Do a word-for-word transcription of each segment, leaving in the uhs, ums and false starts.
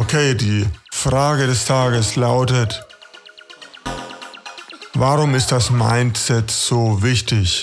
Okay, die Frage des Tages lautet: Warum ist das Mindset so wichtig?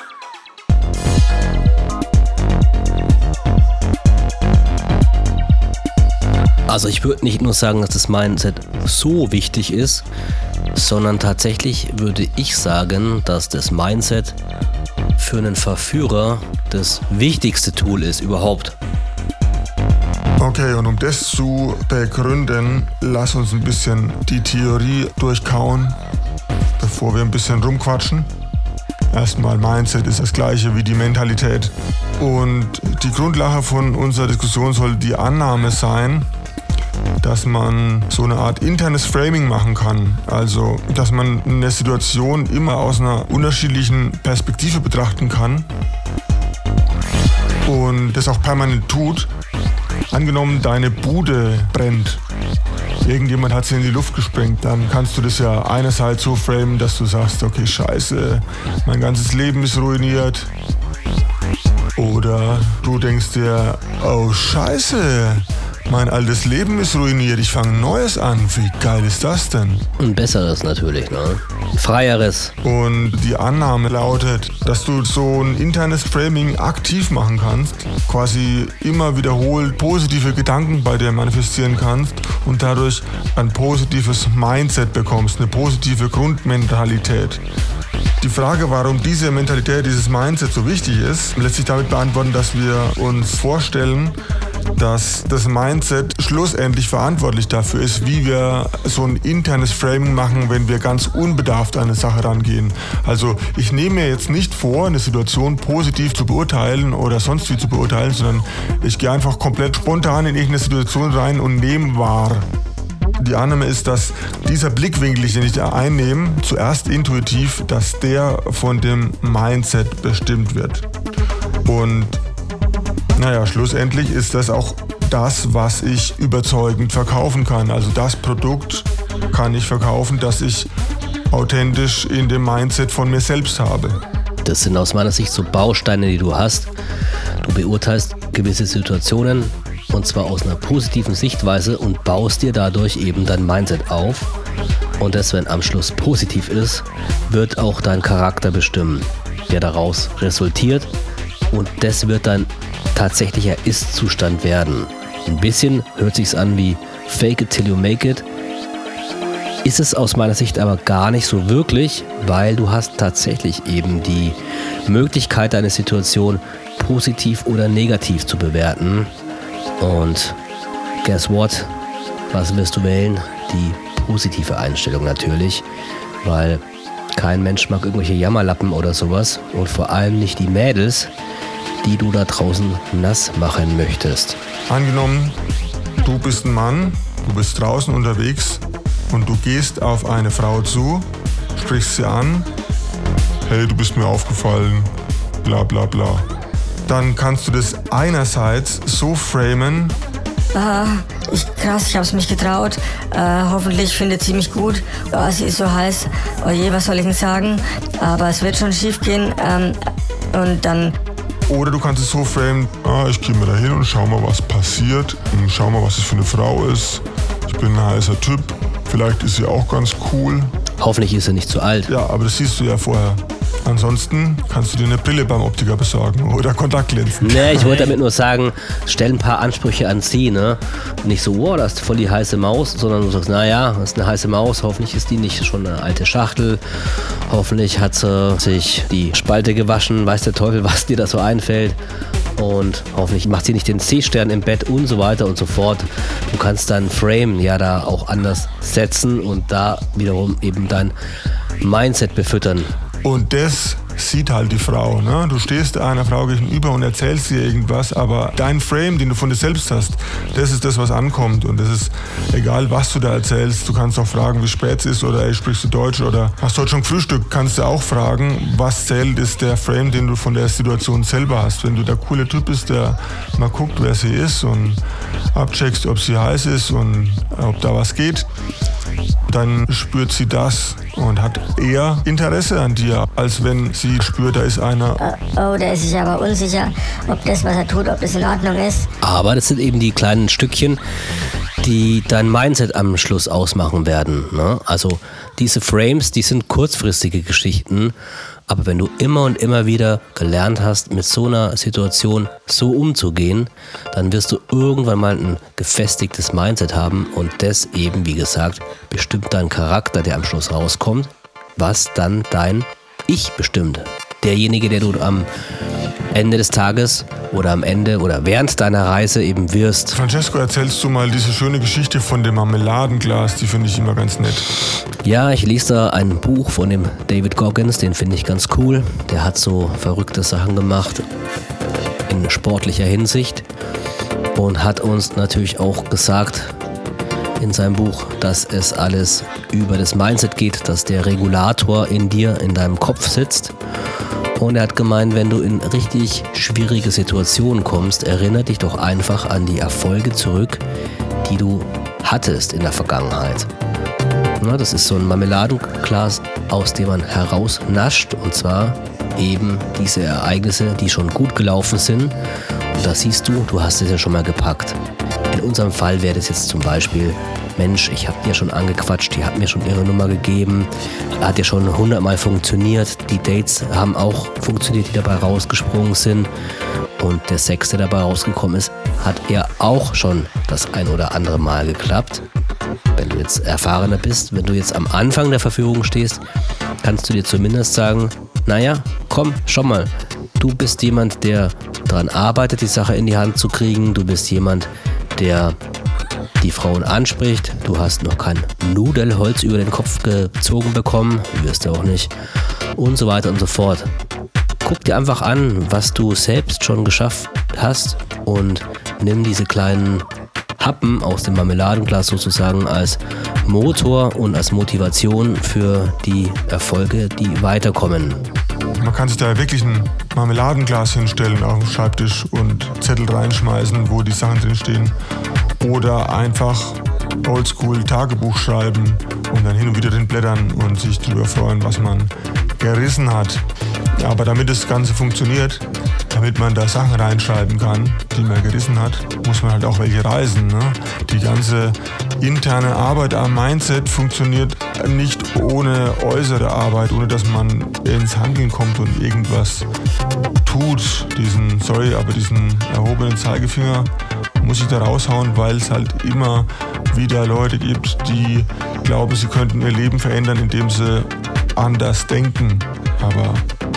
Also ich würde nicht nur sagen, dass das Mindset so wichtig ist, sondern tatsächlich würde ich sagen, dass das Mindset für einen Verführer das wichtigste Tool ist überhaupt. Okay, und um das zu begründen, lass uns ein bisschen die Theorie durchkauen, bevor wir ein bisschen rumquatschen. Erstmal, Mindset ist das gleiche wie die Mentalität. Und die Grundlage von unserer Diskussion soll die Annahme sein, dass man so eine Art internes Framing machen kann. Also, dass man eine Situation immer aus einer unterschiedlichen Perspektive betrachten kann und das auch permanent tut. Angenommen, deine Bude brennt. Irgendjemand hat sie in die Luft gesprengt. Dann kannst du das ja einerseits so framen, dass du sagst, okay, scheiße, mein ganzes Leben ist ruiniert. Oder du denkst dir, oh scheiße, mein altes Leben ist ruiniert, ich fange Neues an. Wie geil ist das denn? Ein besseres natürlich, ne? Freieres. Und die Annahme lautet, dass du so ein internes Framing aktiv machen kannst, quasi immer wiederholt positive Gedanken bei dir manifestieren kannst und dadurch ein positives Mindset bekommst, eine positive Grundmentalität. Die Frage, warum diese Mentalität, dieses Mindset so wichtig ist, lässt sich damit beantworten, dass wir uns vorstellen, dass das Mindset schlussendlich verantwortlich dafür ist, wie wir so ein internes Framing machen, wenn wir ganz unbedarft an eine Sache rangehen. Also ich nehme mir jetzt nicht vor, eine Situation positiv zu beurteilen oder sonst wie zu beurteilen, sondern ich gehe einfach komplett spontan in irgendeine Situation rein und nehme wahr. Die Annahme ist, dass dieser Blickwinkel, den ich da einnehme, zuerst intuitiv, dass der von dem Mindset bestimmt wird. Und naja, schlussendlich ist das auch das, was ich überzeugend verkaufen kann. Also das Produkt kann ich verkaufen, das ich authentisch in dem Mindset von mir selbst habe. Das sind aus meiner Sicht so Bausteine, die du hast. Du beurteilst gewisse Situationen und zwar aus einer positiven Sichtweise und baust dir dadurch eben dein Mindset auf. Und das, wenn am Schluss positiv ist, wird auch dein Charakter bestimmen, der daraus resultiert. Und das wird dein tatsächlicher Ist-Zustand werden. Ein bisschen hört sich's an wie Fake it till you make it. Ist es aus meiner Sicht aber gar nicht so wirklich, weil du hast tatsächlich eben die Möglichkeit, deine Situation positiv oder negativ zu bewerten. Und guess what? Was wirst du wählen? Die positive Einstellung natürlich, weil kein Mensch mag irgendwelche Jammerlappen oder sowas und vor allem nicht die Mädels, die du da draußen nass machen möchtest. Angenommen, du bist ein Mann, du bist draußen unterwegs und du gehst auf eine Frau zu, sprichst sie an, hey, du bist mir aufgefallen, bla bla bla. Dann kannst du das einerseits so framen, Ah, ich, krass, ich hab's mich getraut. Äh, hoffentlich findet sie mich gut. Oh, sie ist so heiß. Oh je, was soll ich denn sagen? Aber es wird schon schief gehen. Ähm, und dann... Oder du kannst es so framen, ah, ich gehe mal da hin und schau mal, was passiert. Und schau mal, was es für eine Frau ist. Ich bin ein heißer Typ. Vielleicht ist sie auch ganz cool. Hoffentlich ist sie nicht zu alt. Ja, aber das siehst du ja vorher. Ansonsten kannst du dir eine Brille beim Optiker besorgen oder Kontaktlinsen. Nee, ich wollte damit nur sagen, stell ein paar Ansprüche an sie, ne? Nicht so, wow, das ist voll die heiße Maus, sondern du sagst, naja, das ist eine heiße Maus, hoffentlich ist die nicht schon eine alte Schachtel, hoffentlich hat sie sich die Spalte gewaschen, weiß der Teufel, was dir da so einfällt. Und hoffentlich macht sie nicht den C-Stern im Bett und so weiter und so fort. Du kannst dein Frame ja da auch anders setzen und da wiederum eben dein Mindset befüttern. Und das sieht halt die Frau, ne? Du stehst einer Frau gegenüber und erzählst ihr irgendwas, aber dein Frame, den du von dir selbst hast, das ist das, was ankommt. Und das ist egal, was du da erzählst. Du kannst auch fragen, wie spät es ist oder ey, sprichst du Deutsch oder hast du heute schon gefrühstückt? Kannst du auch fragen, was zählt, ist der Frame, den du von der Situation selber hast. Wenn du der coole Typ bist, der mal guckt, wer sie ist und abcheckst, ob sie heiß ist und ob da was geht, dann spürt sie das und hat eher Interesse an dir, als wenn sie spürt, da ist einer. Oh, da ist sich aber unsicher, ob das, was er tut, ob das in Ordnung ist. Aber das sind eben die kleinen Stückchen, die dein Mindset am Schluss ausmachen werden. Ne? Also diese Frames, die sind kurzfristige Geschichten, aber wenn du immer und immer wieder gelernt hast, mit so einer Situation so umzugehen, dann wirst du irgendwann mal ein gefestigtes Mindset haben und das eben, wie gesagt, bestimmt dein Charakter, der am Schluss rauskommt, was dann dein Ich bestimmt. Derjenige, der du am Ende des Tages oder am Ende oder während deiner Reise eben wirst. Francesco, erzählst du mal diese schöne Geschichte von dem Marmeladenglas, die finde ich immer ganz nett. Ja, ich lese da ein Buch von dem David Goggins, den finde ich ganz cool. Der hat so verrückte Sachen gemacht in sportlicher Hinsicht und hat uns natürlich auch gesagt in seinem Buch, dass es alles über das Mindset geht, dass der Regulator in dir, in deinem Kopf sitzt. Und er hat gemeint, wenn du in richtig schwierige Situationen kommst, erinnere dich doch einfach an die Erfolge zurück, die du hattest in der Vergangenheit. Na, das ist so ein Marmeladenglas, aus dem man herausnascht, und zwar eben diese Ereignisse, die schon gut gelaufen sind. Und da siehst du, du hast es ja schon mal gepackt. In unserem Fall wäre das jetzt zum Beispiel, Mensch, ich habe dir schon angequatscht, die hat mir schon ihre Nummer gegeben, hat ja schon hundertmal funktioniert, die Dates haben auch funktioniert, die dabei rausgesprungen sind, und der Sex, der dabei rausgekommen ist, hat ja auch schon das ein oder andere Mal geklappt. Wenn du jetzt erfahrener bist, wenn du jetzt am Anfang der Verführung stehst, kannst du dir zumindest sagen, naja, komm, schau mal, du bist jemand, der daran arbeitet, die Sache in die Hand zu kriegen, du bist jemand, der die Frauen anspricht, du hast noch kein Nudelholz über den Kopf gezogen bekommen, wirst du auch nicht, und so weiter und so fort. Guck dir einfach an, was du selbst schon geschafft hast, und nimm diese kleinen Happen aus dem Marmeladenglas sozusagen als Motor und als Motivation für die Erfolge, die weiterkommen. Man kann sich da wirklich ein Marmeladenglas hinstellen auf dem Schreibtisch und Zettel reinschmeißen, wo die Sachen drin stehen. Oder einfach oldschool Tagebuch schreiben und dann hin und wieder drin blättern und sich darüber freuen, was man gerissen hat. Aber damit das Ganze funktioniert, damit man da Sachen reinschreiben kann, die man gerissen hat, muss man halt auch welche reisen. Ne? Die ganze interne Arbeit am Mindset funktioniert nicht ohne äußere Arbeit, ohne dass man ins Handeln kommt und irgendwas tut. Diesen, sorry, aber diesen erhobenen Zeigefinger muss ich da raushauen, weil es halt immer wieder Leute gibt, die glauben, sie könnten ihr Leben verändern, indem sie anders denken. Aber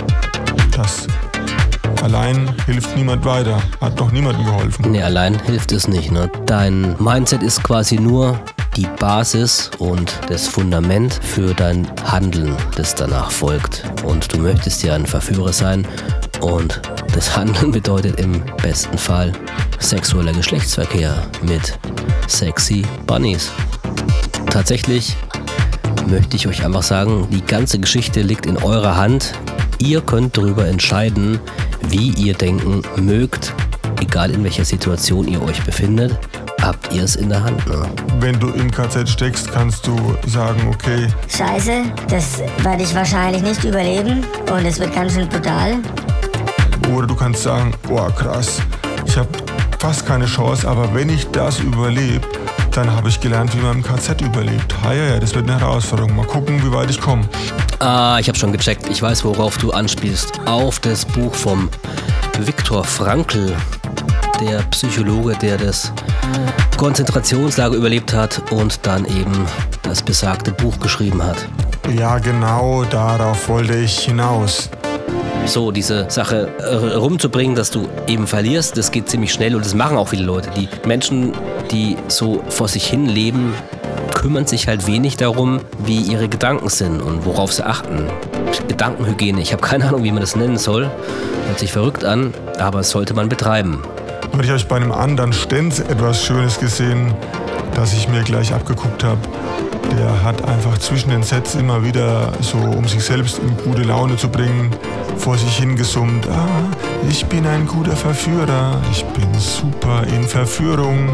das allein hilft niemand weiter, hat noch niemandem geholfen. Nee, allein hilft es nicht. Ne? Dein Mindset ist quasi nur die Basis und das Fundament für dein Handeln, das danach folgt. Und du möchtest ja ein Verführer sein, und das Handeln bedeutet im besten Fall sexueller Geschlechtsverkehr mit sexy Bunnies. Tatsächlich möchte ich euch einfach sagen, die ganze Geschichte liegt in eurer Hand. Ihr könnt darüber entscheiden, wie ihr denken mögt, egal in welcher Situation ihr euch befindet, habt ihr es in der Hand. Ne? Wenn du im K Z steckst, kannst du sagen, okay, Scheiße, das werde ich wahrscheinlich nicht überleben und es wird ganz schön brutal. Oder du kannst sagen, oh krass, ich habe fast keine Chance, aber wenn ich das überlebe, dann habe ich gelernt, wie man im K Z überlebt. Ja, ja, ja, das wird eine Herausforderung. Mal gucken, wie weit ich komme. Ah, ich habe schon gecheckt. Ich weiß, worauf du anspielst. Auf das Buch vom Viktor Frankl, der Psychologe, der das Konzentrationslager überlebt hat und dann eben das besagte Buch geschrieben hat. Ja, genau darauf wollte ich hinaus. So, diese Sache äh, rumzubringen, dass du eben verlierst, das geht ziemlich schnell, und das machen auch viele Leute. Die Menschen, die so vor sich hin leben, kümmern sich halt wenig darum, wie ihre Gedanken sind und worauf sie achten. Gedankenhygiene, ich habe keine Ahnung, wie man das nennen soll. Hört sich verrückt an, aber das sollte man betreiben. Und ich habe bei einem anderen Stenz etwas Schönes gesehen, das ich mir gleich abgeguckt habe. Der hat einfach zwischen den Sets immer wieder, so um sich selbst in gute Laune zu bringen, vor sich hingesummt. Ah, ich bin ein guter Verführer, ich bin super in Verführung.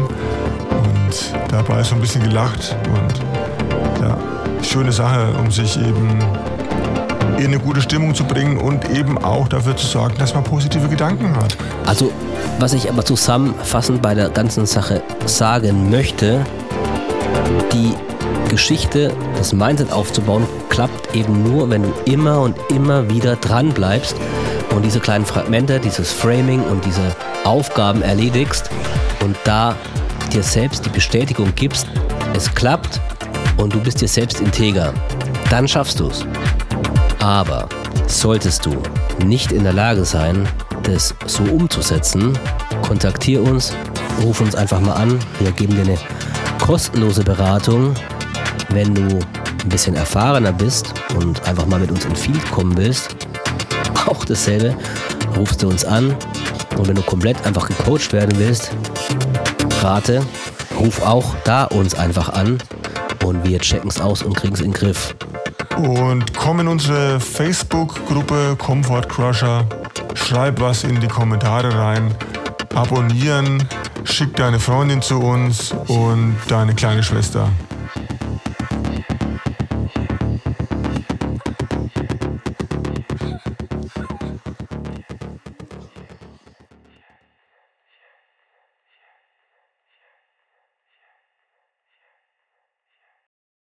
Und dabei so ein bisschen gelacht. Und ja, schöne Sache, um sich eben in eine gute Stimmung zu bringen und eben auch dafür zu sorgen, dass man positive Gedanken hat. Also, was ich aber zusammenfassend bei der ganzen Sache sagen möchte, die Geschichte, das Mindset aufzubauen, klappt eben nur, wenn du immer und immer wieder dran bleibst und diese kleinen Fragmente, dieses Framing und diese Aufgaben erledigst und da dir selbst die Bestätigung gibst, es klappt und du bist dir selbst integer. Dann schaffst du es. Aber solltest du nicht in der Lage sein, das so umzusetzen, kontaktier uns, ruf uns einfach mal an. Wir geben dir eine kostenlose Beratung. Wenn du ein bisschen erfahrener bist und einfach mal mit uns in Field kommen willst, auch dasselbe, rufst du uns an. Und wenn du komplett einfach gecoacht werden willst, Rate, ruf auch da uns einfach an und wir checken es aus und kriegen es in den Griff. Und komm in unsere Facebook-Gruppe Comfort Crusher, schreib was in die Kommentare rein, abonnieren, schick deine Freundin zu uns und deine kleine Schwester.